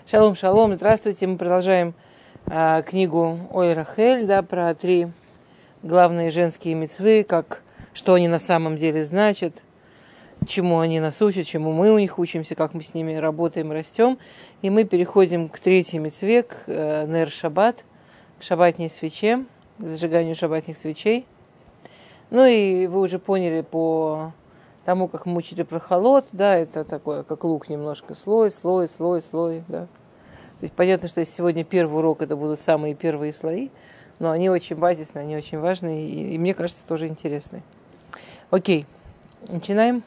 Шалом, шалом, здравствуйте. Мы продолжаем книгу Ой Рахель, да, про 3 главные женские мицвы, что они на самом деле значат, чему они нас учат, чему мы у них учимся, как мы с ними работаем, растем. И мы переходим к 3-й мицве, к Нер Шаббат, к шаббатней свече, к зажиганию шаббатных свечей. Ну и вы уже поняли по тому, как мы учили про холод, да, это такое, как лук немножко, слой, да. То есть понятно, что если сегодня первый урок, это будут самые первые слои, но они очень базисные, они очень важные, и мне кажется, тоже интересные. Окей, начинаем.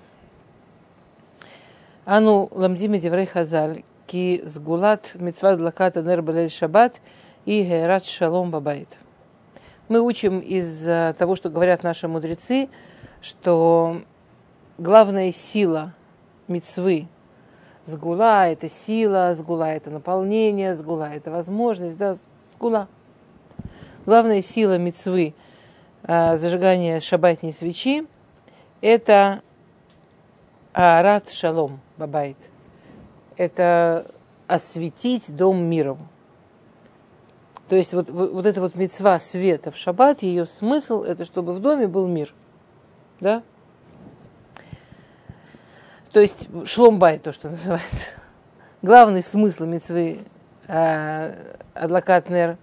Ану ламдим деврей хазаль, ки сгулат мицват длаката нер белель шаббат и герат шалом бабайт. Мы учим из того, что говорят наши мудрецы, что главная сила мицвы, сгула – это сила, сгула – это наполнение, сгула – это возможность, да, сгула. Главная сила мицвы, зажигания шаббатной свечи – это аарат шалом бабайт. Это осветить дом миром. То есть вот эта вот мицва света в шаббат, ее смысл – это чтобы в доме был мир, да? То есть шлом-байт, то, что называется. Главный смысл мицвы адлакат нер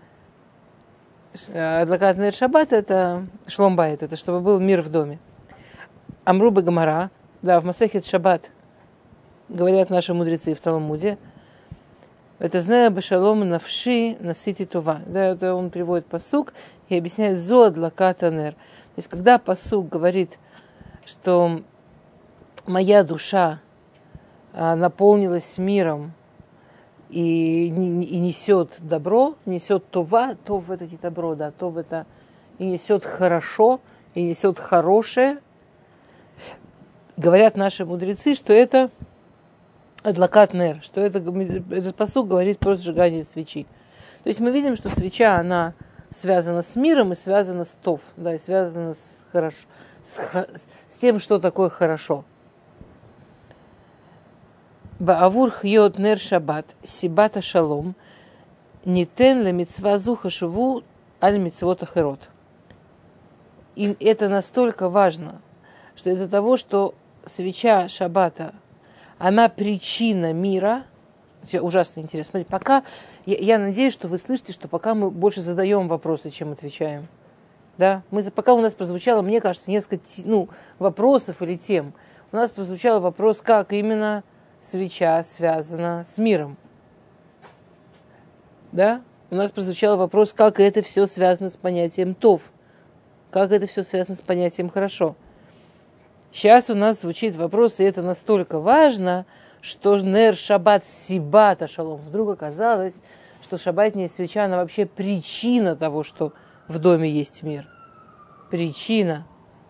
шаббат – это шлом-байт, это чтобы был мир в доме. Амру бе-гамара, да, в Масехет Шаббат говорят наши мудрецы в Талмуде, это зная бешалом навши насити това. Да, это он приводит пасук и объясняет зо адлакат нер. То есть когда пасук говорит, что моя душа наполнилась миром и несет добро, несет това, тов это не добро, да, тов это и несет хорошо, и несет хорошее. Говорят наши мудрецы, что это адлакат нер, что этот пасук говорит про сжигание свечи. То есть мы видим, что свеча, она связана с миром и связана с тов, да, и связана с хорошо, с тем, что такое хорошо. Баавур хьот нер шаббат сибата шалом нитен ле мицва зуха шиву аль мицвот ахерот. И это настолько важно, что из-за того, что свеча шаббата, она причина мира. Ужасно интересно. Смотрите, пока я надеюсь, что вы слышите, что пока мы больше задаем вопросы, чем отвечаем. Да? Пока у нас прозвучало, мне кажется, несколько вопросов или тем. У нас прозвучал вопрос, как именно свеча связана с миром. Да? У нас прозвучал вопрос, как это все связано с понятием тов. Как это все связано с понятием хорошо. Сейчас у нас звучит вопрос, и это настолько важно, что нер шаббат сибата шалом. Вдруг оказалось, что шаббатная свеча, она вообще причина того, что в доме есть мир. Причина.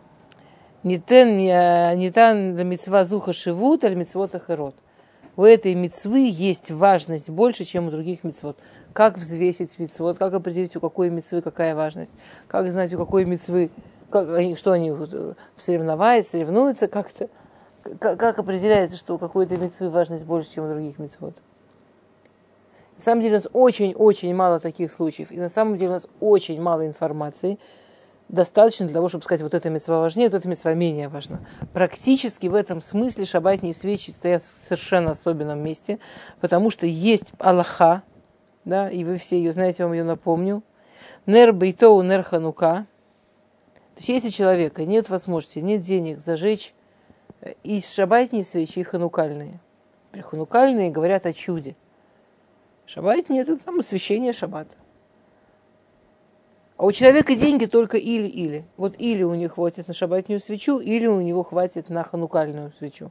Нитан мицва зуха шивут, аль мицвот ахерот. У этой мицвы есть важность больше, чем у других мицвот. Как взвесить мицвот, как определить, у какой мицвы какая важность, как знать, у какой мицвы, что они соревнуются как-то. Как определяется, что у какой-то мицвы важность больше, чем у других мицвот? На самом деле у нас очень-очень мало таких случаев. И на самом деле у нас очень мало информации. Достаточно для того, чтобы сказать, вот эта мицва важнее, вот эта мицва менее важна. Практически в этом смысле шаббатные свечи стоят в совершенно особенном месте, потому что есть алаха, да, и вы все ее знаете, я вам ее напомню. Нер бейтоу нер ханука. То есть если у человека нет возможности, нет денег зажечь и шаббатные свечи, и ханукальные. Ханукальные говорят о чуде. Шаббатные – это там освящение шаббата. А у человека деньги только или-или. Вот или у них хватит на шаббатную свечу, или у него хватит на ханукальную свечу.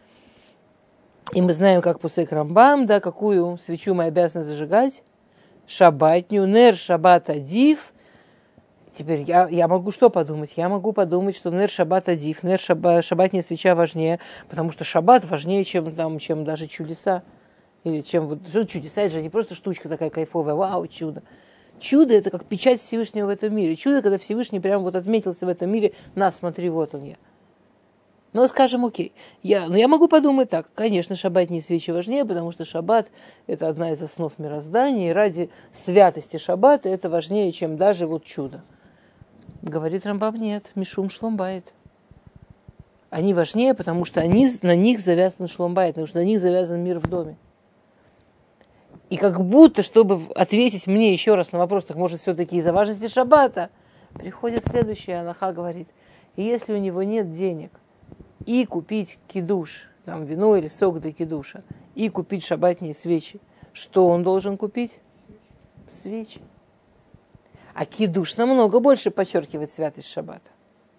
И мы знаем, как пусек Рамбам, да, какую свечу мы обязаны зажигать. Шаббатную, нер шаббат адив. Теперь я могу что подумать? Я могу подумать, что нер шаббат адив, нер шаббатная свеча важнее, потому что шаббат важнее, чем даже чудеса. Или чем чудеса, это же не просто штучка такая кайфовая, вау, чудо. Чудо – это как печать Всевышнего в этом мире. Чудо, когда Всевышний прямо вот отметился в этом мире, на, смотри, вот он я. Но скажем, окей, я могу подумать так, конечно, шаббатные свечи важнее, потому что шаббат – это одна из основ мироздания, и ради святости шаббата это важнее, чем даже вот чудо. Говорит Рамбам, нет, мишум шломбайт. Они важнее, потому что на них завязан шломбайт, потому что на них завязан мир в доме. И как будто, чтобы ответить мне еще раз на вопрос, так может все-таки из-за важности шаббата, приходит следующее, Аллаха говорит, и если у него нет денег, и купить кидуш, там вино или сок для кидуша, и купить шаббатные свечи, что он должен купить? Свечи. А кидуш намного больше подчеркивает святость шаббата.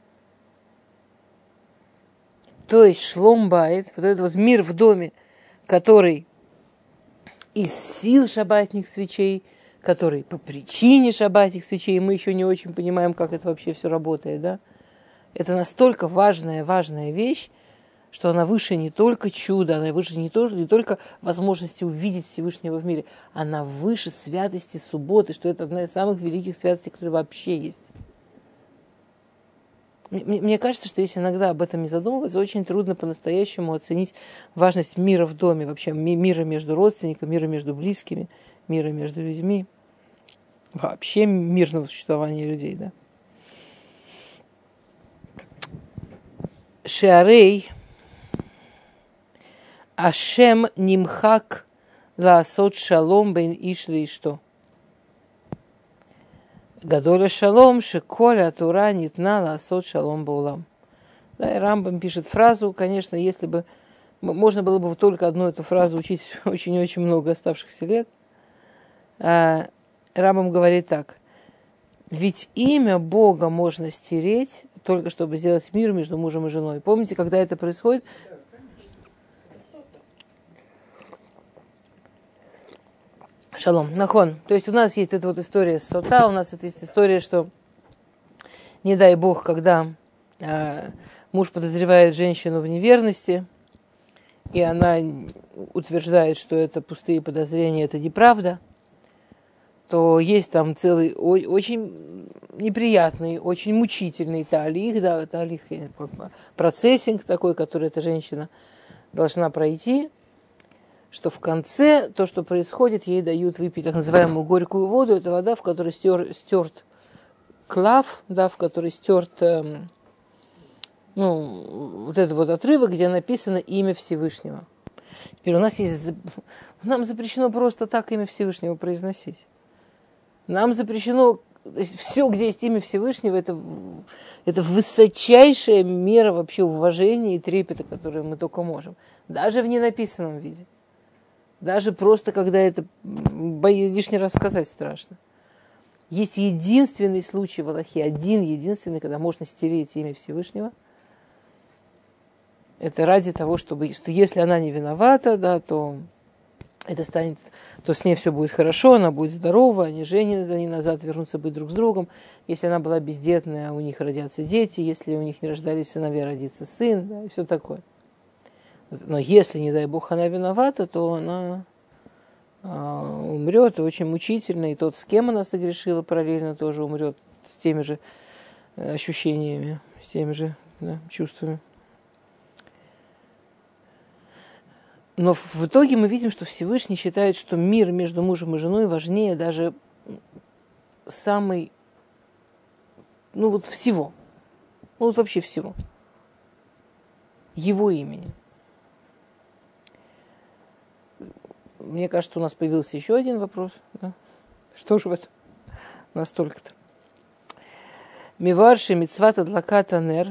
То есть шлом байт, вот этот вот мир в доме, который из сил шаббатных свечей, который по причине шаббатных свечей, мы еще не очень понимаем, как это вообще все работает, да? Это настолько важная вещь, что она выше не только чуда, она выше не только возможности увидеть Всевышнего в мире, она выше святости субботы, что это одна из самых великих святостей, которые вообще есть. Мне кажется, что если иногда об этом не задумываться, очень трудно по-настоящему оценить важность мира в доме, вообще мира между родственниками, мира между близкими, мира между людьми, вообще мирного существования людей, да. Шеарей Ашем нимхак лаасот шалом бейн иш лишто. Гадоля шалом шеколя тура нитна лаасот шалом баулам. Да, и Рамбам пишет фразу, конечно, если бы можно было бы только одну эту фразу учить очень-очень много оставшихся лет. Рамбам говорит так. Ведь имя Бога можно стереть, только чтобы сделать мир между мужем и женой. Помните, когда это происходит? Шалом, нахон. То есть у нас есть эта вот история с сота, у нас есть история, что, не дай Бог, когда муж подозревает женщину в неверности, и она утверждает, что это пустые подозрения, это неправда, то есть там целый очень неприятный, очень мучительный талих, да, талих, процессинг такой, который эта женщина должна пройти, что в конце то, что происходит, ей дают выпить так называемую горькую воду. Это вода, в которой стерт клав, да, в которой стерт вот этот вот отрывок, где написано имя Всевышнего. Теперь у нас есть... Нам запрещено просто так имя Всевышнего произносить. Нам запрещено... Все, где есть имя Всевышнего, это высочайшая мера вообще уважения и трепета, которую мы только можем. Даже в ненаписанном виде. Даже просто, когда это лишний раз сказать страшно. Есть единственный случай в Аллахе, один единственный, когда можно стереть имя Всевышнего. Это ради того, что если она не виновата, да, то это станет, то с ней все будет хорошо, она будет здорова, они женятся, они назад вернутся быть друг с другом. Если она была бездетная, у них родятся дети, если у них не рождались сыновья, родится сын, да, и все такое. Но если, не дай Бог, она виновата, то она умрет, и очень мучительно, и тот, с кем она согрешила, параллельно тоже умрет с теми же ощущениями, с теми же, да, чувствами. Но в итоге мы видим, что Всевышний считает, что мир между мужем и женой важнее даже самый, всего. Вообще всего. Его имени. Мне кажется, у нас появился еще один вопрос. Да? Что же в этом настолько-то? Миварши мицват адлаката нер,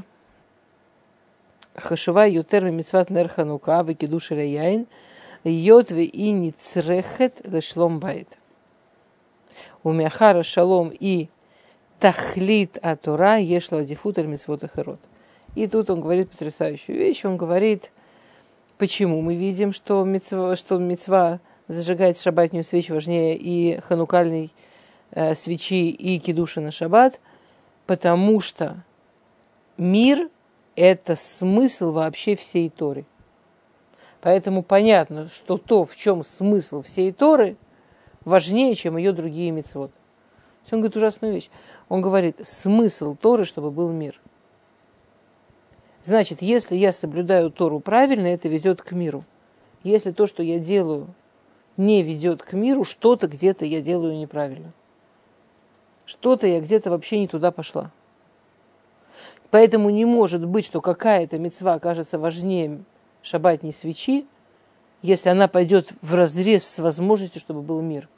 хашива ютер мицват нер ханука, векидуш яйн, йотве и ницрехет лешлом байт. Умяхара шалом и тахлит атура ешла дифут аль мицвот ахерот. И тут он говорит потрясающую вещь. Он говорит, почему мы видим, что мицва зажигать шаббатную свечу важнее и ханукальной свечи, и кидуши на шаббат, потому что мир – это смысл вообще всей Торы. Поэтому понятно, что то, в чем смысл всей Торы, важнее, чем ее другие мицвот. Он говорит ужасную вещь. Он говорит, смысл Торы, чтобы был мир. Значит, если я соблюдаю Тору правильно, это ведет к миру. Если то, что я делаю, не ведет к миру, что-то где-то я делаю неправильно. Что-то я где-то вообще не туда пошла. Поэтому не может быть, что какая-то мицва окажется важнее шаббатней свечи, если она пойдет вразрез с возможностью, чтобы был мир.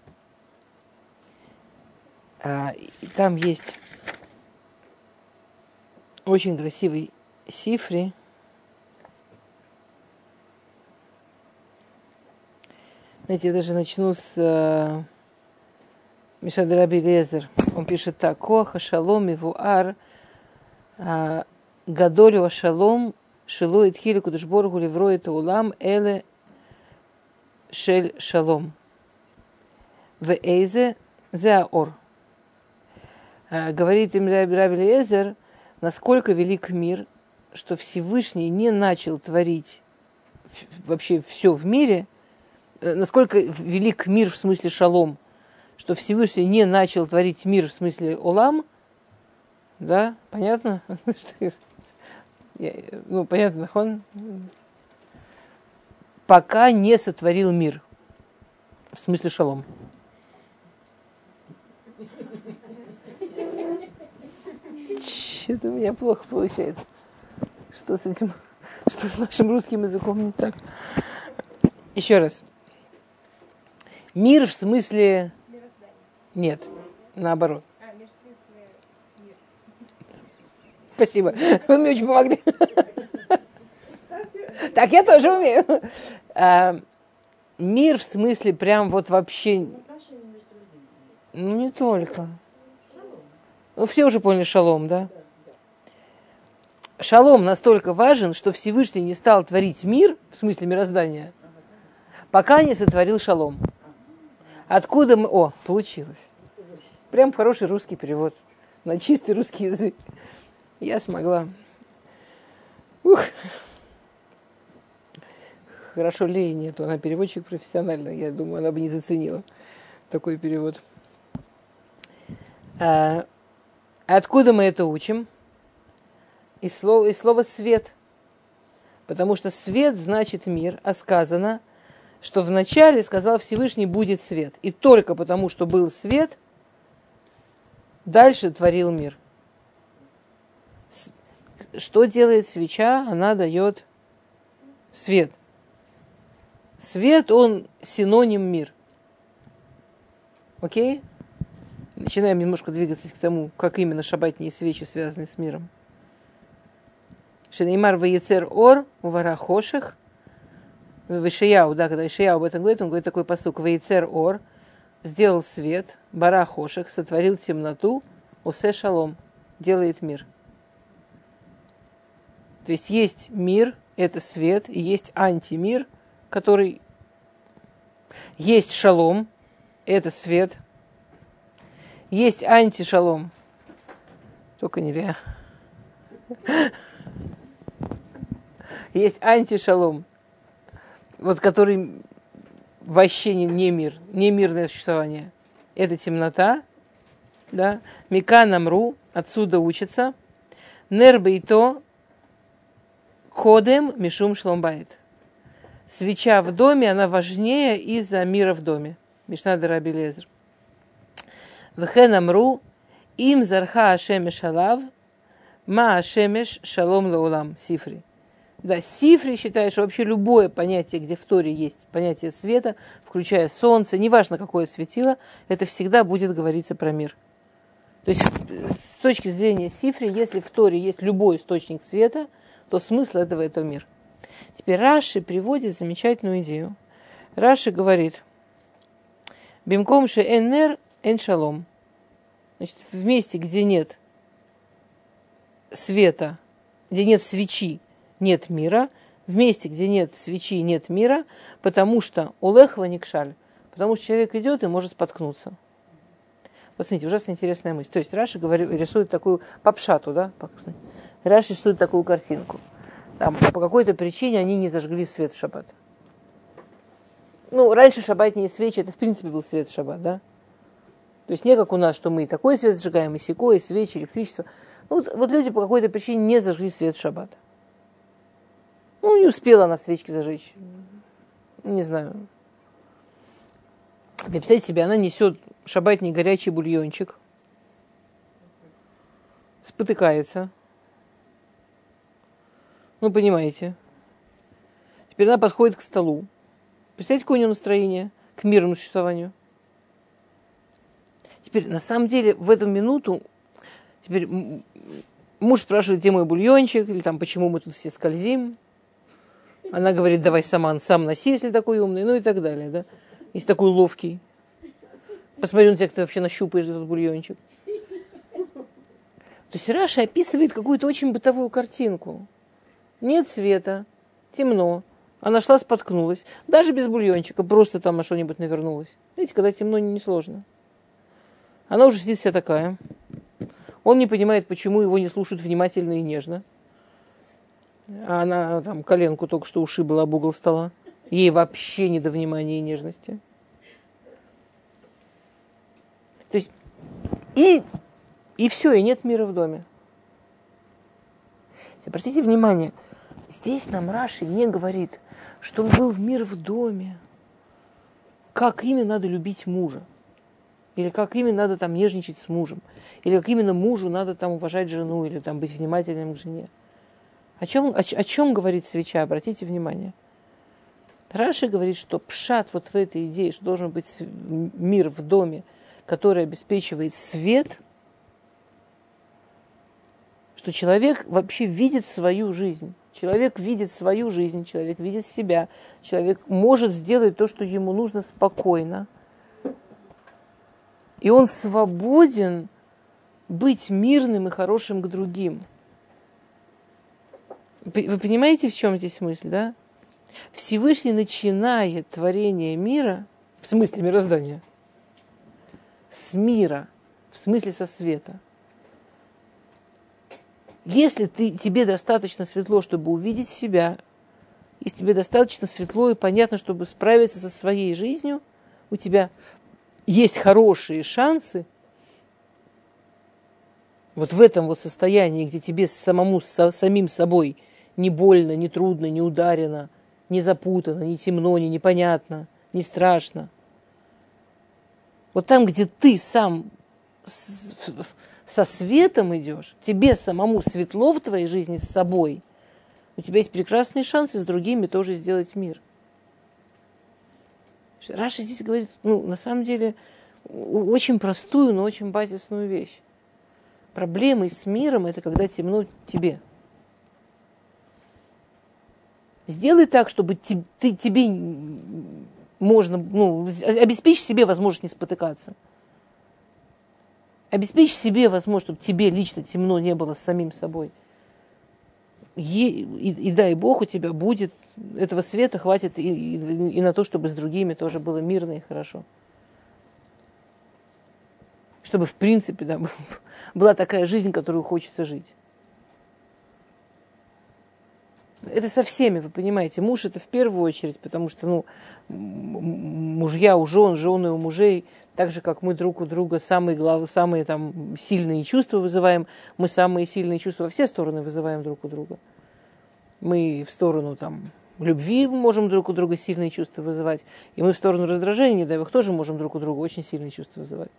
И там есть очень красивый сифри. Знаете, я даже начну с Мишна Раби Элиэзер. Он пишет так. Коаха шалом и вуар гадолю ашалом шило и тхили кудышборгу левро это улам эле шель шалом. В эйзе зеаор. Говорит им Раби Элиэзер, насколько велик мир, что Всевышний не начал творить вообще все в мире, насколько велик мир в смысле шалом, что Всевышний не начал творить мир в смысле олам, да, понятно? Ну, понятно, он пока не сотворил мир, в смысле шалом. Что-то у меня плохо получается. Что с этим, что с нашим русским языком не так? Еще раз. Мир в смысле... Нет, наоборот. Мир в смысле мир. Спасибо. Вы мне очень помогли. Так, я тоже умею. Мир в смысле прям вот вообще... Ну, не только. Ну, все уже поняли шалом, да? Шалом настолько важен, что Всевышний не стал творить мир, в смысле мироздания, пока не сотворил шалом. Откуда мы... О, получилось. Прям хороший русский перевод. На чистый русский язык. Я смогла. Ух. Хорошо, Леи нету. Она переводчик профессиональный. Я думаю, она бы не заценила такой перевод. Откуда мы это учим? Из слова «свет». Потому что свет значит мир, а сказано, что вначале сказал Всевышний будет свет. И только потому, что был свет, дальше творил мир. Что делает свеча? Она дает свет. Свет, он синоним мир. Окей? Начинаем немножко двигаться к тому, как именно шаббатные свечи связаны с миром. Шенеймар ваецер ор увара хоших. В Ишаяу, да, когда Ишаяу об этом говорит, он говорит такой пасук. Ваецер ор, сделал свет, бара хоших, сотворил темноту, усе шалом, делает мир. То есть мир, это свет, и есть антимир, который... Есть шалом, это свет. Есть антишалом. Только не Лея. Есть антишалом, вот который вообще не мир, не мирное существование. Это темнота, да. Мика намру, отсюда учится. Нербе и то кодем мишум шломбайт. Свеча в доме, она важнее из-за мира в доме. Мишна де Раби Элиэзер. Вехен амру им зарха ашемеш алав ма ашемеш шалом лаулам сифри. Да, сифри считает, что вообще любое понятие, где в Торе есть понятие света, включая солнце, неважно какое светило, это всегда будет говориться про мир. То есть с точки зрения сифри, если в Торе есть любой источник света, то смысл этого – это мир. Теперь Раши приводит замечательную идею. Раши говорит: «Бимком ше эннер эн шалом». Значит, в месте, где нет света, где нет свечи, нет мира. В месте, где нет свечи, нет мира, потому что улехва никшаль, потому что человек идет и может споткнуться. Вот смотрите, ужасно интересная мысль. То есть Раши рисует такую попшату, да? Раши рисует такую картинку. Там, по какой-то причине они не зажгли свет в шаббат. Ну, раньше шаббатные свечи, это в принципе был свет в шаббат, да? То есть не как у нас, что мы и такой свет зажигаем, и сякой, и свечи, электричество. Ну, вот люди по какой-то причине не зажгли свет в шаббат. Ну, не успела она свечки зажечь. Не знаю. Представьте себе, она несет шабатний горячий бульончик, спотыкается. Ну, понимаете. Теперь она подходит к столу. Представляете, какое у нее настроение к мирному существованию? Теперь, на самом деле, в эту минуту, теперь муж спрашивает, где мой бульончик, или там, почему мы тут все скользим. Она говорит, давай сам носи, если такой умный, ну и так далее, да. Если такой ловкий. Посмотри на тебя, как ты вообще нащупаешь этот бульончик. То есть Раши описывает какую-то очень бытовую картинку. Нет света, темно. Она шла, споткнулась. Даже без бульончика, просто там на что-нибудь навернулась. Видите, когда темно, несложно. Она уже сидит вся такая. Он не понимает, почему его не слушают внимательно и нежно. А она там коленку только что ушибла об угол стола. Ей вообще не до внимания и нежности. То есть и все, и нет мира в доме. Обратите внимание, здесь нам Раши не говорит, что был мир в доме. Как именно надо любить мужа. Или как именно надо там нежничать с мужем. Или как именно мужу надо там уважать жену. Или там быть внимательным к жене. О чем говорит свеча? Обратите внимание. Раши говорит, что пшат вот в этой идее, что должен быть мир в доме, который обеспечивает свет, что человек вообще видит свою жизнь. Человек видит свою жизнь, человек видит себя, человек может сделать то, что ему нужно спокойно. И он свободен быть мирным и хорошим к другим. Вы понимаете, в чем здесь мысль, да? Всевышний начинает творение мира, в смысле мироздания, с мира, в смысле со света. Если тебе достаточно светло, чтобы увидеть себя, если тебе достаточно светло и понятно, чтобы справиться со своей жизнью, у тебя есть хорошие шансы вот в этом вот состоянии, где тебе самим собой не больно, не трудно, не ударено, не запутано, не темно, не непонятно, не страшно. Вот там, где ты сам со светом идешь, тебе самому светло в твоей жизни с собой, у тебя есть прекрасные шансы с другими тоже сделать мир. Раши здесь говорит, на самом деле, очень простую, но очень базисную вещь. Проблемы с миром – это когда темно тебе. Сделай так, чтобы тебе можно, обеспечь себе возможность не спотыкаться. Обеспечь себе возможность, чтобы тебе лично темно не было с самим собой. И дай Бог, у тебя будет, этого света хватит и на то, чтобы с другими тоже было мирно и хорошо. Чтобы, в принципе, да, была такая жизнь, которую хочется жить. Это со всеми, вы понимаете. Муж это в первую очередь, потому что, мужья у жен, жены у мужей, так же, как мы друг у друга самые там сильные чувства вызываем, мы самые сильные чувства во все стороны вызываем друг у друга. Мы в сторону там любви можем друг у друга сильные чувства вызывать, и мы в сторону раздражения, не дай бог, тоже можем друг у друга очень сильные чувства вызывать.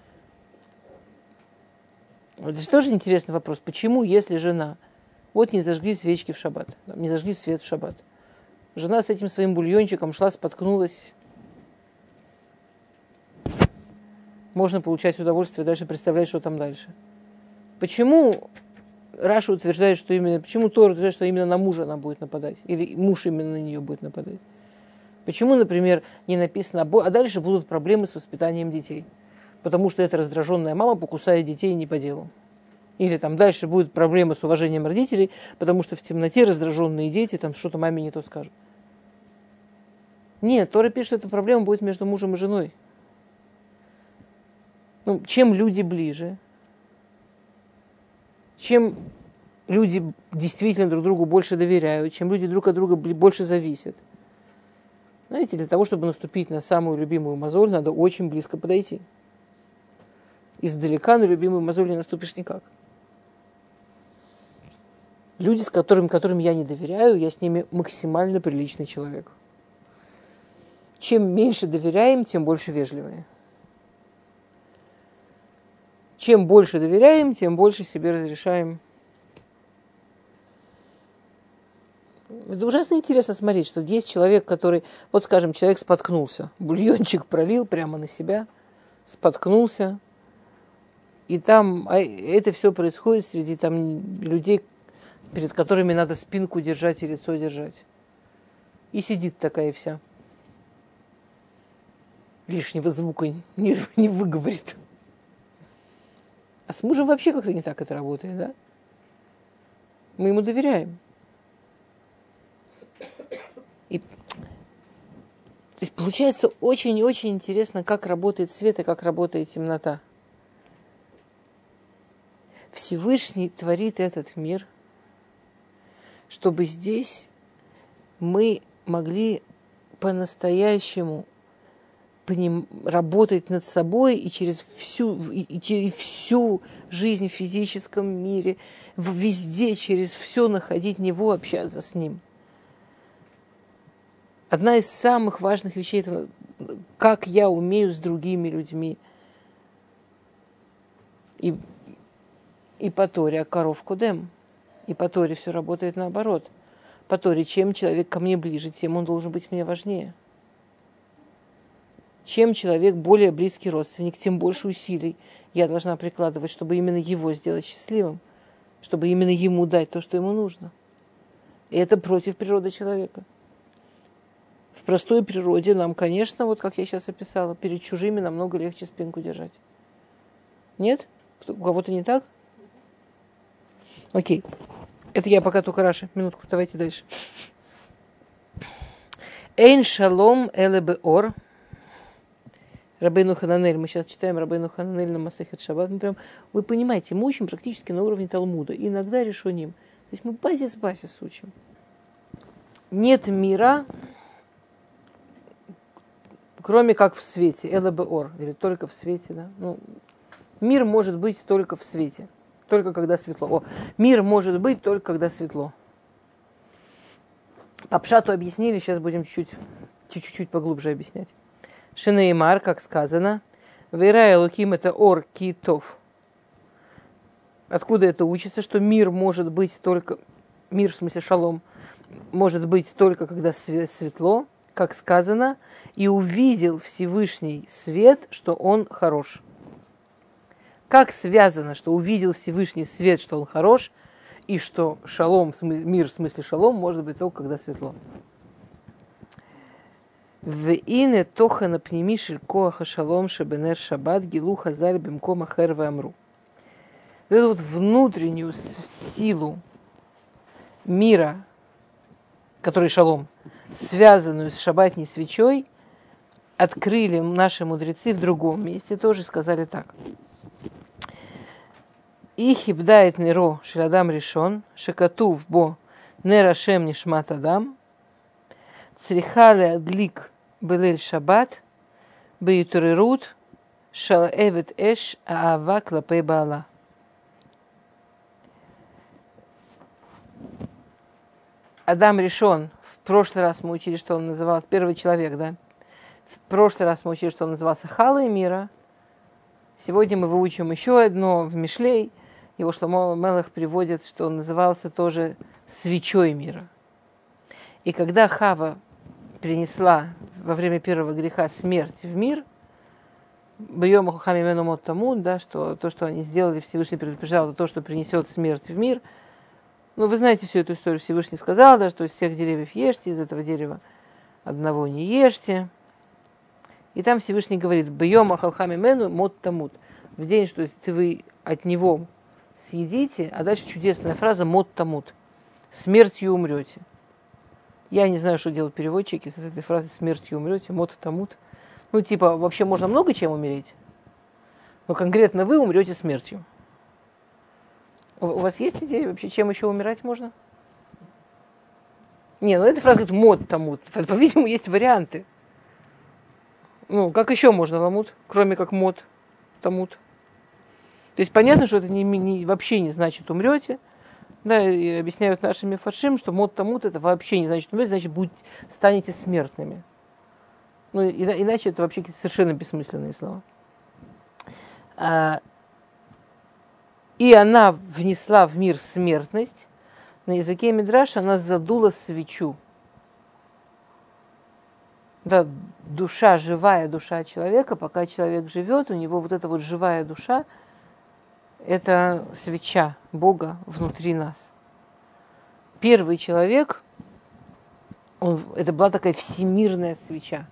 Это же тоже интересный вопрос. Почему, если жена... Вот не зажгли свечки в шаббат, не зажгли свет в шаббат. Жена с этим своим бульончиком шла, споткнулась. Можно получать удовольствие, дальше представлять, что там дальше. Почему Раша утверждает, что именно... Почему Тора утверждает, что именно на мужа она будет нападать? Или муж именно на нее будет нападать? Почему, например, не написано... А дальше будут проблемы с воспитанием детей? Потому что эта раздраженная мама покусает детей не по делу. Или там дальше будет проблема с уважением родителей, потому что в темноте раздраженные дети там что-то маме не то скажут. Нет, Тора пишет, что эта проблема будет между мужем и женой. Чем люди ближе, чем люди действительно друг другу больше доверяют, чем люди друг от друга больше зависят. Знаете, для того, чтобы наступить на самую любимую мозоль, надо очень близко подойти. Издалека на любимую мозоль не наступишь никак. Люди, которым я не доверяю, я с ними максимально приличный человек. Чем меньше доверяем, тем больше вежливые. Чем больше доверяем, тем больше себе разрешаем. Это ужасно интересно смотреть, что есть человек, который, вот скажем, человек споткнулся, бульончик пролил прямо на себя, споткнулся, и там это все происходит среди там людей, перед которыми надо спинку держать и лицо держать. И сидит такая вся. Лишнего звука не выговорит. А с мужем вообще как-то не так это работает, да? Мы ему доверяем. И то есть получается очень-очень интересно, как работает свет и как работает темнота. Всевышний творит этот мир, чтобы здесь мы могли по-настоящему работать над собой и через всю жизнь в физическом мире, везде, через все находить Него, общаться с Ним. Одна из самых важных вещей – это как я умею с другими людьми. И по Торе коров кудем. И по Торе все работает наоборот. По Торе, чем человек ко мне ближе, тем он должен быть мне важнее. Чем человек более близкий родственник, тем больше усилий я должна прикладывать, чтобы именно его сделать счастливым, чтобы именно ему дать то, что ему нужно. И это против природы человека. В простой природе нам, конечно, вот как я сейчас описала, перед чужими намного легче спинку держать. Нет? У кого-то не так? Окей. Это я пока только Раши. Минутку, давайте дальше. Эйн шалом эле беор. Рабейну Хананель. Мы сейчас читаем Рабейну Хананель на Масехет Шаббат. Вы понимаете, мы учим практически на уровне Талмуда. Иногда решоним. То есть мы базис учим. Нет мира, кроме как в свете. Эле беор. Или только в свете. Да? Мир может быть только в свете. Только когда светло. Мир может быть только когда светло. По пшату объяснили, сейчас будем чуть-чуть поглубже объяснять. Шинеймар, как сказано, Вейрая Луким это ор китов. Откуда это учится, что мир может быть только, мир в смысле шалом, может быть только когда светло, как сказано, и увидел Всевышний свет, что он хорош. Как связано, что увидел Всевышний свет, что он хорош, и что шалом, мир в смысле шалом, может быть только когда светло. Веине тохана пнемишель коаха шалом шебенер шаббат гилу хазаль бемком ахер веамру. Эту вот внутреннюю силу мира, который шалом, связанную с шаббатней свечой, открыли наши мудрецы в другом месте, тоже сказали так. Их ибдает неро шеладам решон, шекатув бо нерашем нишмат адам, црихале адлик белель шаббат, беютурерут, шалаэвет эш аава клапей баала. Адам решон, в прошлый раз мы учили, что он назывался, первый человек, да? В прошлый раз мы учили, что он назывался Халой мира. Сегодня мы выучим еще одно в Мишлей. Его Шломо Мелех приводит, что он назывался тоже свечой мира. И когда Хава принесла во время первого греха смерть в мир, Бьем Ахухами Мену Мот Тамун, да, что то, что они сделали, Всевышний предупреждал, то, что принесет смерть в мир. Ну, вы знаете всю эту историю. Всевышний сказал, да, что из всех деревьев ешьте, из этого дерева одного не ешьте. И там Всевышний говорит, Бьем Ахухами Мену Мот Тамут. В день, что если вы от него съедите, а дальше чудесная фраза «мот тамут» – «смертью умрете». Я не знаю, что делают переводчики с этой фразой «смертью умрете», «мот тамут». Ну, типа, вообще можно много чем умереть, но конкретно вы умрете смертью. У вас есть идея вообще, чем еще умирать можно? Не, ну эта фраза говорит «мот тамут». По-видимому, есть варианты. Ну, как еще можно ламут, кроме как «мот тамут»? То есть понятно, что это вообще не значит умрете, Да, и объясняют нашим мифаршим, что мот тамут это вообще не значит умереть, значит станете смертными. Ну, иначе это вообще какие-то совершенно бессмысленные слова. И она внесла в мир смертность. На языке Мидраша она задула свечу. Да, душа, живая душа человека, пока человек живет, у него вот эта вот живая душа, это свеча Бога внутри нас. Первый человек, это была такая всемирная свеча.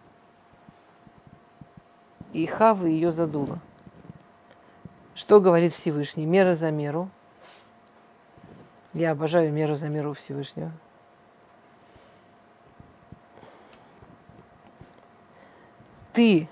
И Хава ее задула. Что говорит Всевышний? Мера за меру. Я обожаю меру за меру Всевышнего. Ты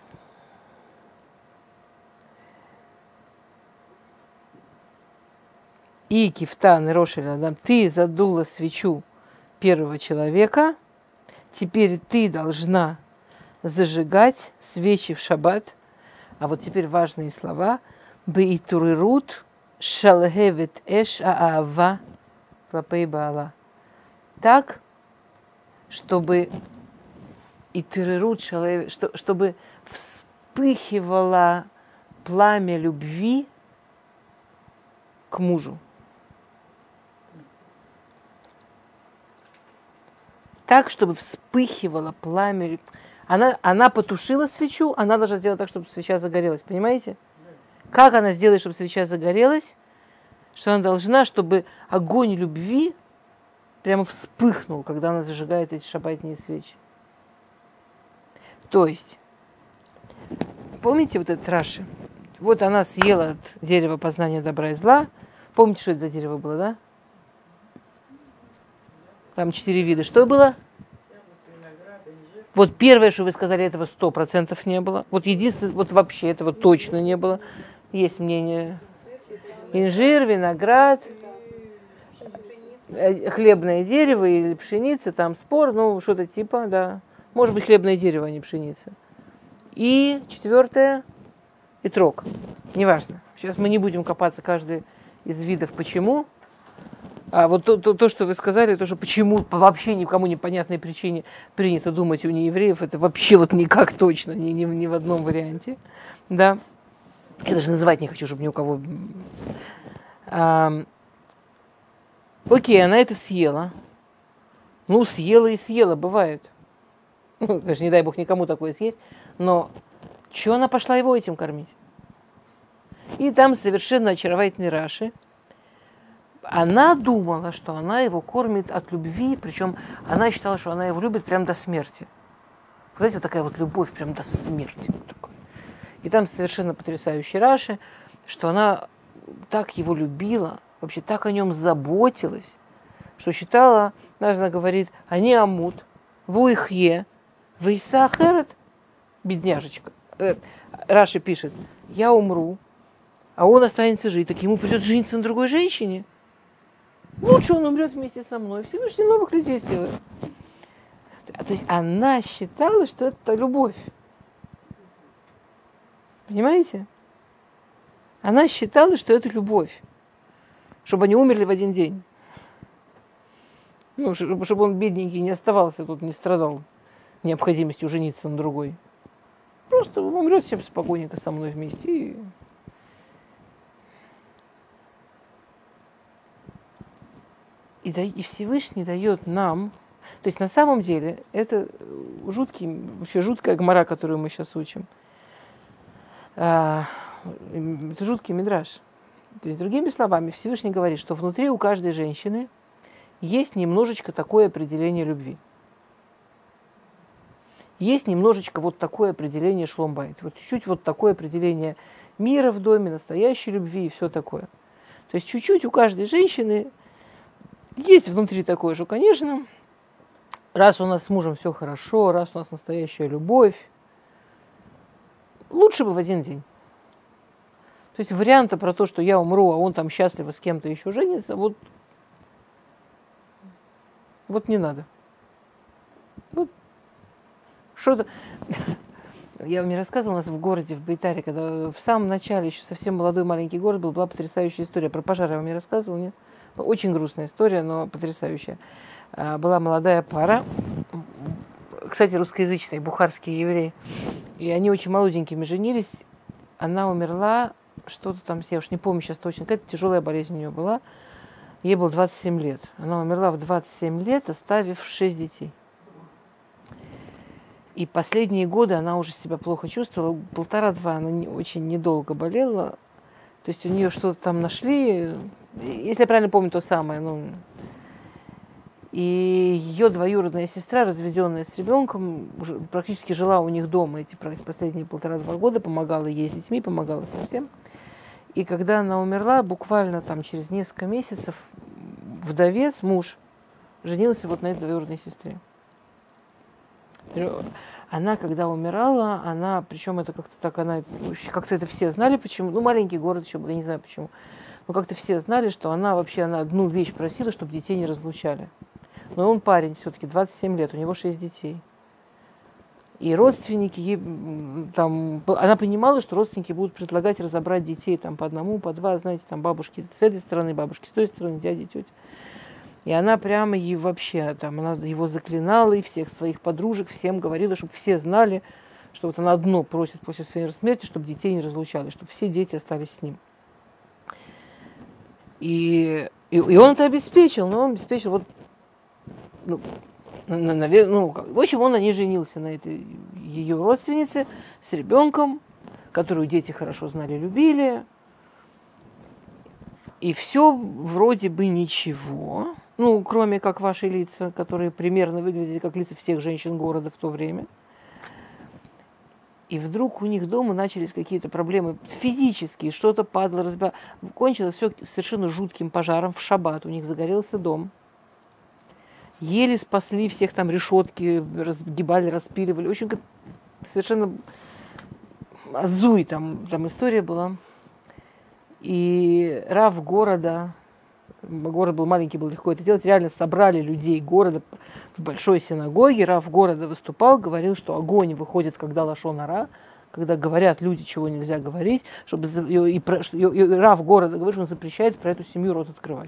и Кифтан, и Рошель Адам, ты задула свечу первого человека, теперь ты должна зажигать свечи в шаббат. А вот теперь важные слова. Беитурирут шалгевет эш аава клапей баала. Так, чтобы чтобы вспыхивало пламя любви к мужу. Так, чтобы вспыхивало пламя. Она потушила свечу, она должна сделать так, чтобы свеча загорелась. Понимаете? Как она сделает, чтобы свеча загорелась? Что она должна, чтобы огонь любви прямо вспыхнул, когда она зажигает эти шаббатные свечи. То есть, помните вот этот Раши? Вот она съела от дерева познания добра и зла. Помните, что это за дерево было, да? Там 4 вида. Что было? Вот первое, что вы сказали, этого 100% не было. Вот единственное, вот вообще этого точно не было. Есть мнение. Инжир, виноград, хлебное дерево или пшеница, там спор, ну что-то типа, да. Может быть, хлебное дерево, а не пшеница. И 4, итрог. Неважно. Сейчас мы не будем копаться каждый из видов почему. А вот то, что вы сказали, то, что почему по вообще никому непонятной причине принято думать у неевреев, это вообще вот никак точно, ни в одном варианте. Да. Я даже называть не хочу, чтобы ни у кого... Окей, она это съела. Ну, съела и съела, бывает. Ну, конечно, не дай бог никому такое съесть. Но чего она пошла его этим кормить? И там совершенно очаровательный Раши. Она думала, что она его кормит от любви, причем она считала, что она его любит прям до смерти. Знаете, вот такая вот любовь прям до смерти. Вот такой. И там совершенно потрясающий Раши, что она так его любила, вообще так о нем заботилась, что считала, она говорит, они амут, вуихе, вейса ахерет, бедняжечка. Раши пишет, я умру, а он останется жить, так ему придется жениться на другой женщине. Лучше он умрет вместе со мной, Всевышний новых людей сделает. То есть она считала, что это любовь. Понимаете? Она считала, что это любовь. Чтобы они умерли в один день. Ну, чтобы он бедненький не оставался тут, не страдал необходимостью жениться на другой. Просто умрет всем спокойненько со мной вместе. И Всевышний дает нам, то есть на самом деле это вообще жуткая гмара, которую мы сейчас учим. Это жуткий мидраш. То есть, другими словами, Всевышний говорит, что внутри у каждой женщины есть немножечко такое определение любви. Есть немножечко вот такое определение шломбайт. Вот чуть-чуть вот такое определение мира в доме, настоящей любви и все такое. То есть чуть-чуть у каждой женщины есть внутри такое же, конечно. Раз у нас с мужем все хорошо, раз у нас настоящая любовь, лучше бы в один день. То есть варианта про то, что я умру, а он там счастливо с кем-то еще женится, вот не надо. Вот что-то... Я вам не рассказывала, у нас в городе, в Бейтаре, когда в самом начале, еще совсем молодой маленький город был, была потрясающая история. Про пожар я вам не рассказывала, нет? Очень грустная история, но потрясающая. Была молодая пара, кстати, русскоязычные, бухарские евреи, и они очень молоденькими женились. Она умерла, что-то там, я уж не помню сейчас точно, какая-то тяжелая болезнь у нее была. Ей было 27 лет. Она умерла в 27 лет, оставив 6 детей. И последние годы она уже себя плохо чувствовала. 1,5-2 она очень недолго болела. То есть у нее что-то там нашли, если я правильно помню, то самое. И ее двоюродная сестра, разведенная с ребенком, уже практически жила у них дома эти последние 1,5-2 года, помогала ей с детьми, помогала совсем. И когда она умерла, буквально там через несколько месяцев, вдовец, муж, женился вот на этой двоюродной сестре. Она, когда умирала, причем это как-то так, как-то это все знали, почему, маленький город еще был, я не знаю почему, но как-то все знали, что она одну вещь просила, чтобы детей не разлучали. Но он парень все-таки, 27 лет, у него 6 детей. И родственники, она понимала, что родственники будут предлагать разобрать детей там по одному, по два, знаете, там бабушки с этой стороны, бабушки с той стороны, дяди, тети. И она прямо она его заклинала, и всех своих подружек, всем говорила, чтобы все знали, что вот она одно просит после своей смерти, чтобы детей не разлучали, чтобы все дети остались с ним. И он это обеспечил, но он обеспечил в общем, он на ней женился, на этой ее родственнице, с ребенком, которую дети хорошо знали, любили. И все вроде бы ничего, кроме как ваши лица, которые примерно выглядели как лица всех женщин города в то время. И вдруг у них дома начались какие-то проблемы физические, что-то падало, разбивалось. Кончилось все совершенно жутким пожаром в шаббат. У них загорелся дом. Еле спасли всех, там решетки разгибали, распиливали. В общем, совершенно азуй там история была. И рав города, город был маленький, было легко это делать, реально собрали людей города в большой синагоге. Рав города выступал, говорил, что огонь выходит, когда лашон ара, когда говорят люди, чего нельзя говорить, и рав города говорит, что он запрещает про эту семью рот открывать.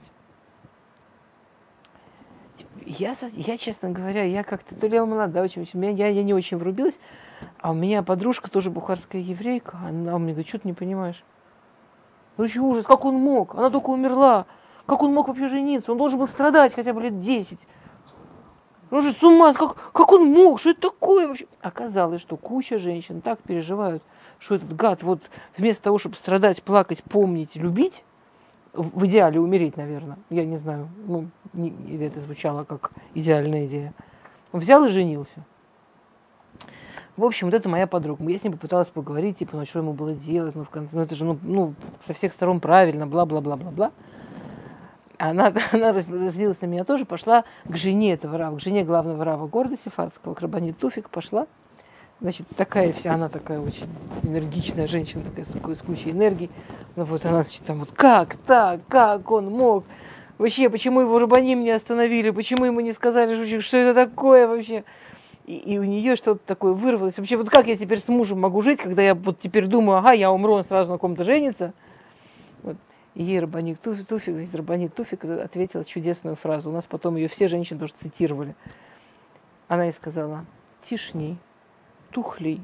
Я, честно говоря, я как-то, то ли я молодая очень, я не очень врубилась, а у меня подружка, тоже бухарская еврейка, она мне говорит, что ты не понимаешь? Вообще ужас, как он мог? Она только умерла. Как он мог вообще жениться? Он должен был страдать хотя бы лет 10. Он же с ума, как он мог? Что это такое вообще? Оказалось, что куча женщин так переживают, что этот гад вот вместо того, чтобы страдать, плакать, помнить, любить, в идеале умереть, наверное, я не знаю, или это звучало как идеальная идея, он взял и женился. В общем, вот это моя подруга. Я с ней попыталась поговорить, что ему было делать, в конце, это же, со всех сторон правильно, бла-бла-бла-бла-бла. Она разделилась на меня тоже, пошла к жене этого рава, к жене главного рава города Сефардского, к рабанит Туфик пошла. Значит, она такая очень энергичная женщина, такая с кучей энергии. Она, значит, там как так, как он мог? Вообще, почему его рабаним не остановили? Почему ему не сказали, что это такое вообще? И у нее что-то такое вырвалось. Вообще, как я теперь с мужем могу жить, когда я теперь думаю, я умру, он сразу на ком-то женится? И ей рабанит Туфик ответила чудесную фразу. У нас потом ее все женщины тоже цитировали. Она ей сказала, тишни, тухли,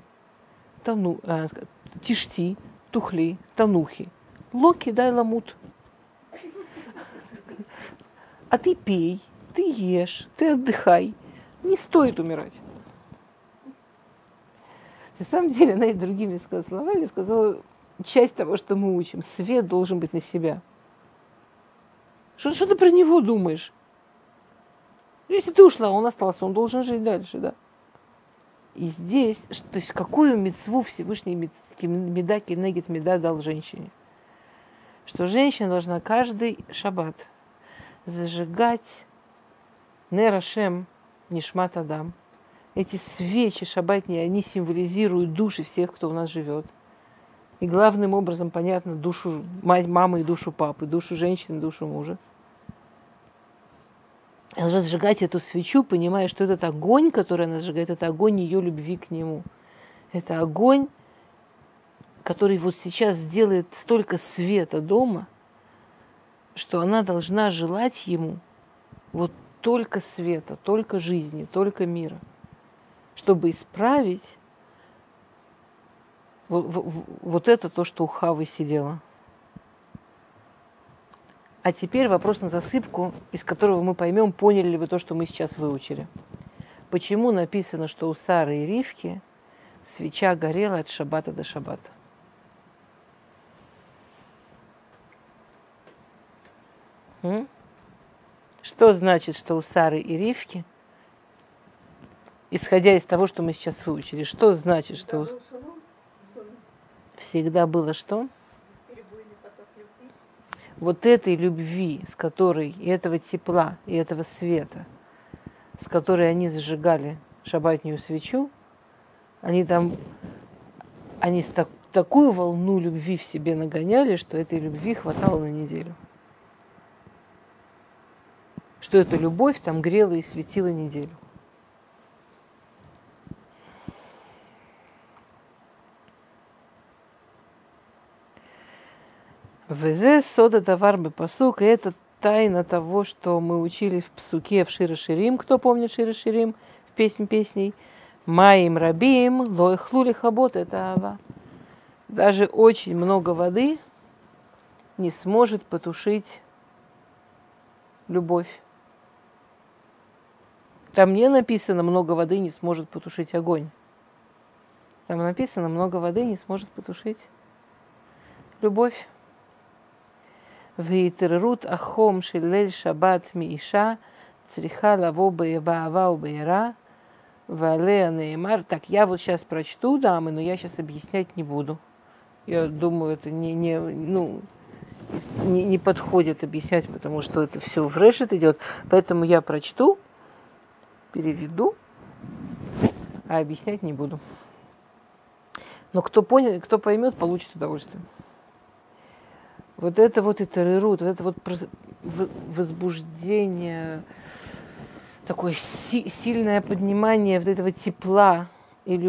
тишти, тухли, танухи, локи дай ламут. А ты пей, ты ешь, ты отдыхай. Не стоит умирать. На самом деле, она и другими словами сказала часть того, что мы учим. Свет должен быть на себя. Что ты про него думаешь? Если ты ушла, он остался, он должен жить дальше, да? И здесь, то есть какую мицву Всевышний меда кенегет меда дал женщине? Что женщина должна каждый шаббат зажигать нер Ашем нишмат адам. Эти свечи шаббатные, они символизируют души всех, кто у нас живет. И главным образом, понятно, душу мамы и душу папы, душу женщины, душу мужа. Она должна сжигать эту свечу, понимая, что этот огонь, который она сжигает, это огонь ее любви к нему. Это огонь, который вот сейчас сделает столько света дома, что она должна желать ему вот только света, только жизни, только мира, чтобы исправить вот это то, что у Хавы сидело. А теперь вопрос на засыпку, из которого мы поймем, поняли ли вы то, что мы сейчас выучили. Почему написано, что у Сары и Ривки свеча горела от шаббата до шаббата? Что значит, что у Сары и Ривки, исходя из того, что мы сейчас выучили, что значит, что всегда было что? Вот этой любви, с которой, и этого тепла, и этого света, с которой они зажигали шаббатную свечу, они такую волну любви в себе нагоняли, что этой любви хватало на неделю. Что эта любовь там грела и светила неделю. Везе сода давар бепасук, и это тайна того, что мы учили в псуке в Шира Ширим. Кто помнит Шира Ширим в песне песней? Маим рабим, лоихлули хабот, это ава. Даже очень много воды не сможет потушить любовь. Там не написано, много воды не сможет потушить огонь. Там написано, много воды не сможет потушить любовь. Вейтеррут ахом шелель шаббат мииша цриха лаво баава убейра валея неймар. Так, я вот сейчас прочту, дамы, но я сейчас объяснять не буду. Я думаю, это не подходит объяснять, потому что это все в решет идет. Поэтому я прочту, переведу, а объяснять не буду. Но кто понял, кто поймет, получит удовольствие. Вот это вот и тарырут, вот это вот возбуждение, такое сильное поднимание вот этого тепла или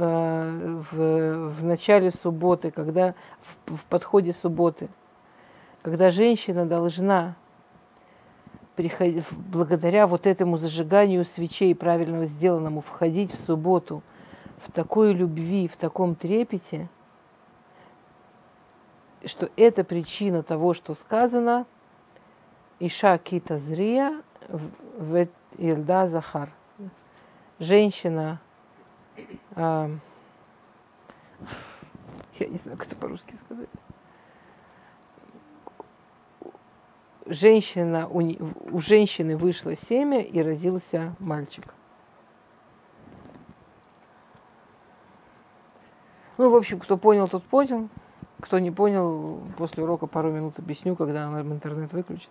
в начале субботы, когда в подходе субботы, когда женщина должна благодаря вот этому зажиганию свечей правильно сделанному входить в субботу в такой любви, в таком трепете, что это причина того, что сказано Иша кита зрия в Ильда Захар. Женщина, я не знаю, как это по-русски сказать. У женщины вышло семя и родился мальчик. Ну, в общем, кто понял, тот понял. Кто не понял, после урока пару минут объясню, когда она интернет выключит.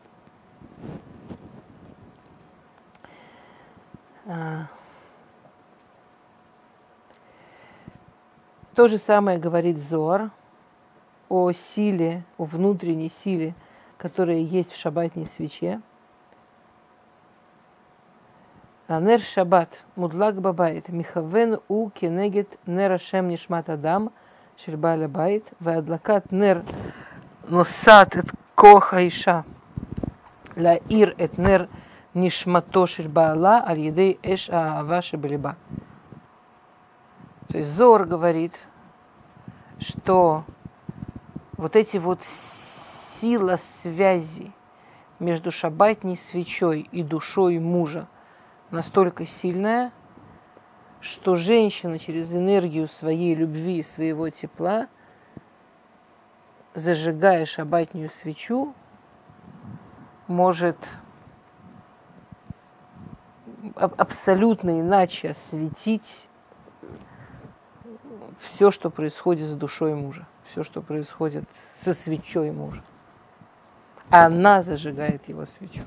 То же самое говорит Зоар о силе, о внутренней силе, которая есть в шаббатной свече. Нер шаббат мудлак бабайт михавен у кенегет нер ашем нишмат адам של בעל הבית, והדלקת נר נוסעת את כוח האישה להאיר את נר נשמתו של בעלה על ידי אש האהבה שבליבה. То есть Зор говорит, что вот эти вот сила связи между шаббатной свечой и душой мужа настолько сильная, что женщина через энергию своей любви и своего тепла, зажигая шаббатную свечу, может абсолютно иначе осветить все, что происходит с душой мужа, все, что происходит со свечой мужа. Она зажигает его свечу.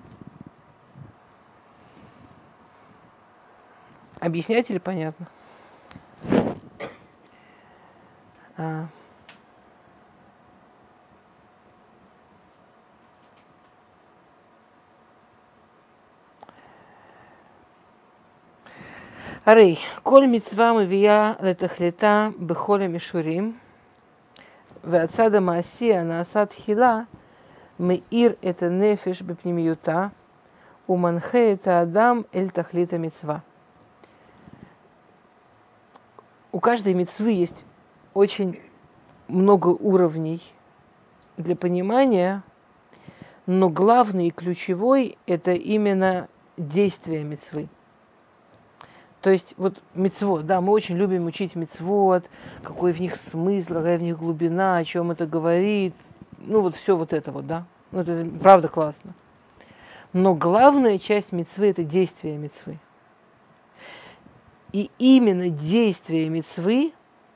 Объяснять или понятно? הרי כל מצווה מביאה לתכליתה בכל המישורים, והצד המעשי הנעשה תחילה Меир это нефеш бепнемиюта, уманхе это адам эль тахлита мицва. У каждой мицвы есть очень много уровней для понимания, но главный и ключевой – это именно действие мицвы. То есть вот мицвот, да, мы очень любим учить мицвот, какой в них смысл, какая в них глубина, о чем это говорит, ну вот все вот это вот, да, ну это правда классно. Но главная часть мицвы – это действие мицвы. И именно действие мицвы,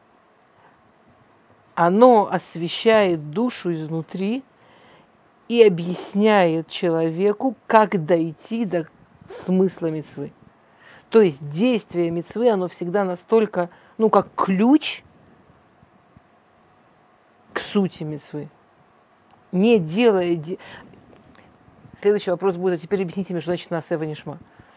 оно освещает душу изнутри и объясняет человеку, как дойти до смысла мицвы. То есть действие мицвы, оно всегда настолько, ну, как ключ к сути мицвы. Не делая... Следующий вопрос будет, а теперь объясните мне, что значит насева нишма.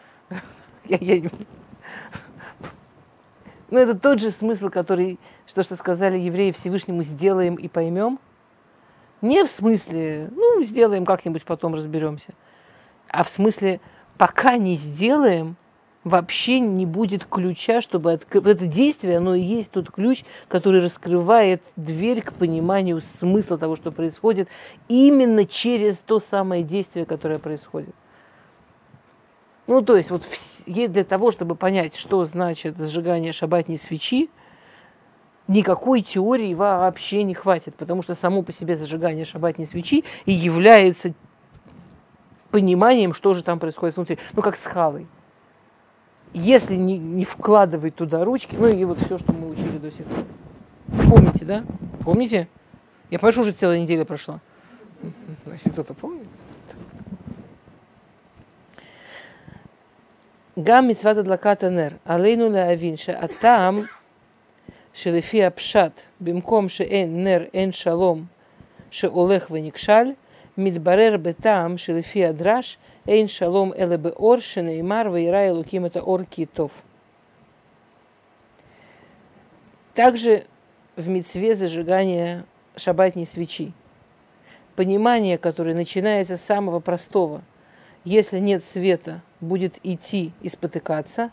Ну, это тот же смысл, который, что сказали евреи Всевышнему, сделаем и поймем. Не в смысле, ну, сделаем как-нибудь, потом разберемся. А в смысле, пока не сделаем, вообще не будет ключа, чтобы открыть. Это действие, оно и есть тот ключ, который раскрывает дверь к пониманию смысла того, что происходит, именно через то самое действие, которое происходит. Ну, то есть, вот для того, чтобы понять, что значит зажигание шаббатной свечи, никакой теории вообще не хватит, потому что само по себе зажигание шаббатной свечи и является пониманием, что же там происходит внутри. Ну, как с хавой. Если не вкладывать туда ручки, ну и вот все, что мы учили до сих пор. Помните, да? Помните? Я понимаю, что уже целая неделя прошла. Если кто-то помнит. Гам мицват адлакат анер, алейну леавин, шеатам שלפי הפשט, במקום שאין נר אין שלום שהולך ונכשל, מתברר בטעם שלפי הדרש אין שלום אלא באור שנאמר וירא אלוקים את האור כי טוב. Также в мицве зажигания шаббатной свечи. Понимание, которое начинается с самого простого. Если нет света, будет идти и спотыкаться,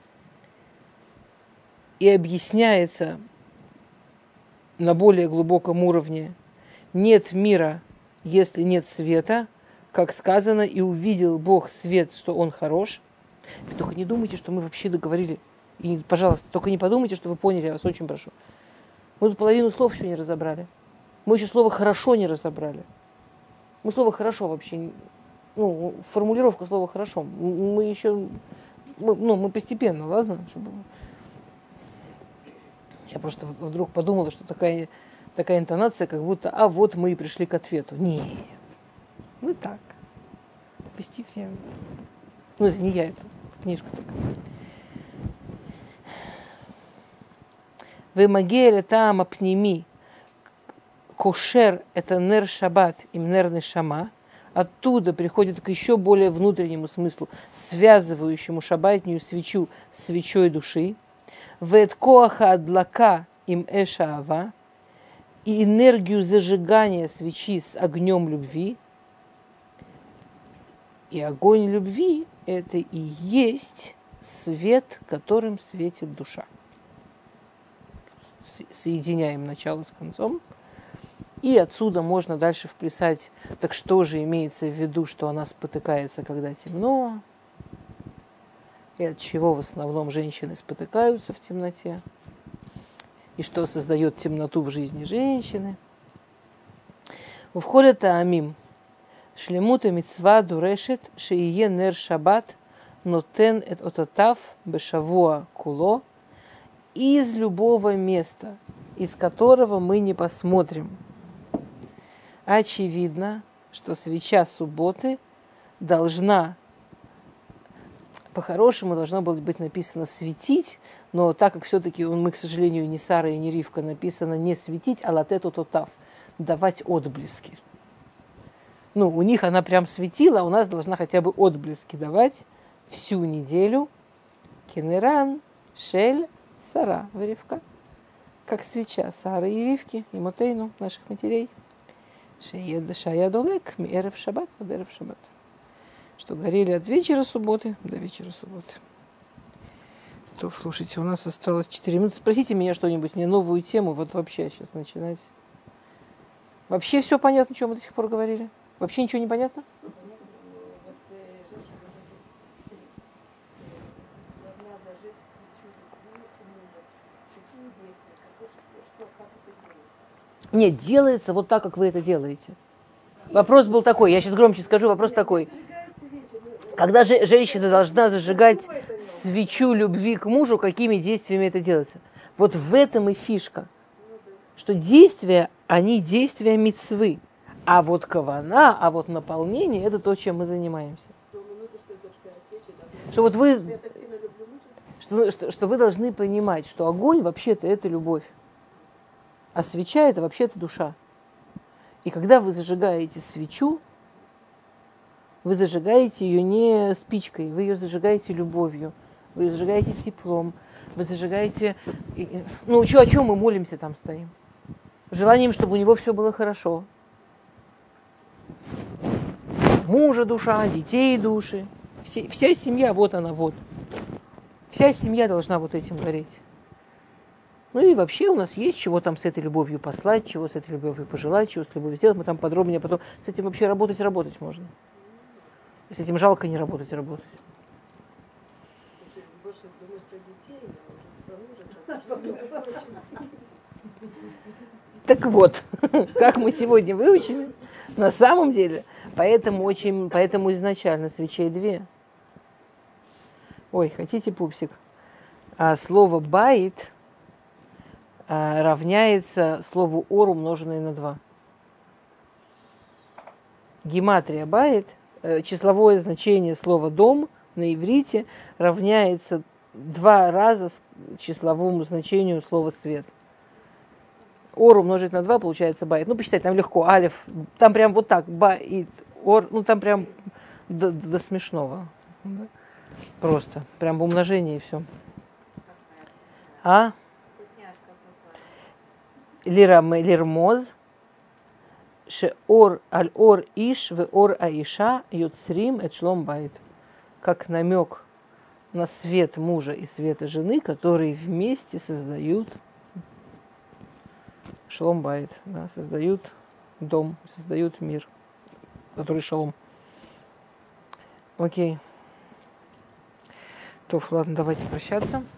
и объясняется на более глубоком уровне. Нет мира, если нет света, как сказано, и увидел Бог свет, что он хорош. Вы только не думайте, что мы вообще договорили. И, пожалуйста, только не подумайте, что вы поняли, я вас очень прошу. Мы тут половину слов еще не разобрали. Мы еще слово «хорошо» не разобрали. Мы слово «хорошо» вообще, ну, формулировка слова «хорошо». Мы еще, мы постепенно, ладно? Чтобы... Я просто вдруг подумала, что такая интонация, как будто, а вот мы и пришли к ответу. Нет, мы так, постепенно. Ну, это не я, это книжка такая. Вемагель там апними, кошер это нер шаббат им нер нешама. Оттуда приходит к еще более внутреннему смыслу, связывающему шаббатную свечу с свечой души. Вет коаха адлака им эшаава, и энергию зажигания свечи с огнем любви. И огонь любви – это и есть свет, которым светит душа. Соединяем начало с концом. И отсюда можно дальше вплясать, так что же имеется в виду, что она спотыкается, когда темно, и от чего в основном женщины спотыкаются в темноте, и что создает темноту в жизни женщины. Входит Амим. Шлемута мицва дурешет шеие нер шаббат нотен эт отатав бешавуа куло, из любого места, из которого мы не посмотрим. Очевидно, что свеча субботы должна, по-хорошему должно было быть написано «светить», но так как все-таки мы, к сожалению, не Сара и не Ривка, написано не «светить», а «латету тотав», давать отблески. Ну, у них она прям светила, а у нас должна хотя бы отблески давать всю неделю. Кенеран, Шель, Сара, Ривка. Как свеча Сары и Ривки, и Мотейну, наших матерей. Шаядолек, миэрев шаббат, дерев шаббат. Что горели от вечера субботы до вечера субботы. То, слушайте, у нас осталось 4 минуты. Спросите меня что-нибудь, мне новую тему, вот вообще сейчас начинать. Вообще все понятно, о чем мы до сих пор говорили? Вообще ничего не понятно? Нет, делается вот так, как вы это делаете. Вопрос был такой, я сейчас громче скажу, вопрос такой. Когда же женщина должна зажигать свечу любви к мужу, какими действиями это делается? Вот в этом и фишка. Что действия, они действия мицвы. А вот кавана, а вот наполнение, это то, чем мы занимаемся. Что вот вы, что вы должны понимать, что огонь вообще-то это любовь. А свеча это вообще-то душа. И когда вы зажигаете свечу, вы зажигаете ее не спичкой, вы ее зажигаете любовью, вы ее зажигаете теплом, вы зажигаете... Ну, о чем мы молимся там стоим? Желанием, чтобы у него все было хорошо. Мужа душа, детей души. Вся семья, вот она, вот. Вся семья должна вот этим гореть. Ну и вообще у нас есть чего там с этой любовью послать, чего с этой любовью пожелать, чего с любовью сделать. Мы там подробнее потом... С этим вообще работать можно. С этим жалко не работать. Так вот, как мы сегодня выучили, на самом деле, поэтому изначально свечей 2. Ой, хотите пупсик? Слово «байт» равняется слову «ор», умноженное на 2. Гематрия «байт», числовое значение слова «дом» на иврите равняется 2 раза числовому значению слова «свет». Ор умножить на 2 получается байт. Ну, посчитать, там легко. Алиф, там прям вот так, байт, ор, ну, там прям до смешного. Просто. Прям в умножении и все. Лирмоз, шеор аль-ор иш веор аиша юцрим эт шлом байт. Как намек на свет мужа и света жены, которые вместе создают шлом байт, да, создают дом, создают мир, который шалом. Окей. То, ладно, давайте прощаться.